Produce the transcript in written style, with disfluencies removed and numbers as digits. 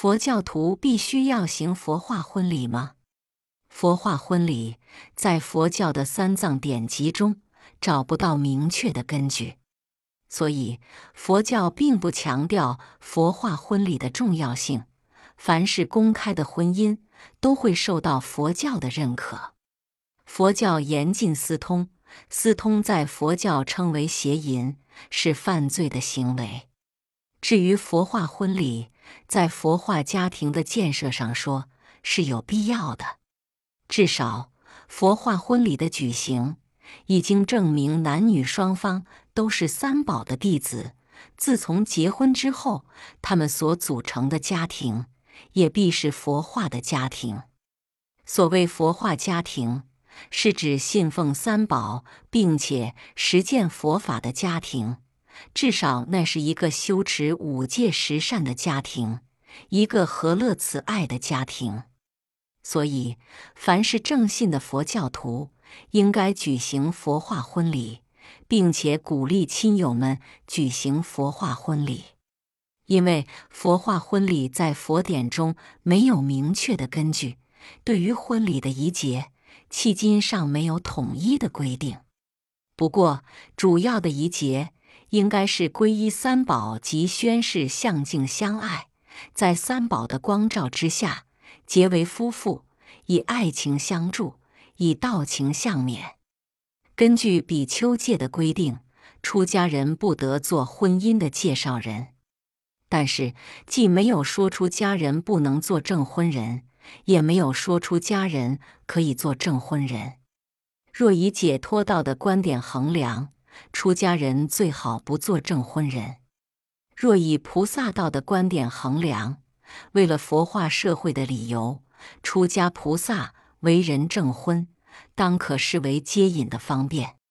佛教徒必须要行佛化婚礼吗？佛化婚礼在佛教的三藏典籍中找不到明确的根据，所以佛教并不强调佛化婚礼的重要性。凡是公开的婚姻都会受到佛教的认可。佛教严禁私通，私通在佛教称为邪淫，是犯罪的行为。至于佛化婚礼，在佛化家庭的建设上说是有必要的。至少，佛化婚礼的举行已经证明男女双方都是三宝的弟子。自从结婚之后，他们所组成的家庭也必是佛化的家庭。所谓佛化家庭，是指信奉三宝并且实践佛法的家庭，至少那是一个修持五戒十善的家庭，一个和乐慈爱的家庭。所以，凡是正信的佛教徒，应该举行佛化婚礼，并且鼓励亲友们举行佛化婚礼。因为佛化婚礼在佛典中没有明确的根据，对于婚礼的仪节，迄今尚没有统一的规定。不过，主要的仪节应该是皈依三宝及宣誓相敬相爱，在三宝的光照之下，结为夫妇，以爱情相助，以道情相勉。根据比丘戒的规定，出家人不得做婚姻的介绍人。但是，既没有说出家人不能做证婚人，也没有说出家人可以做证婚人。若以解脱道的观点衡量，出家人最好不做证婚人；若以菩萨道的观点衡量，为了佛化社会的理由，出家菩萨为人证婚，当可视为接引的方便。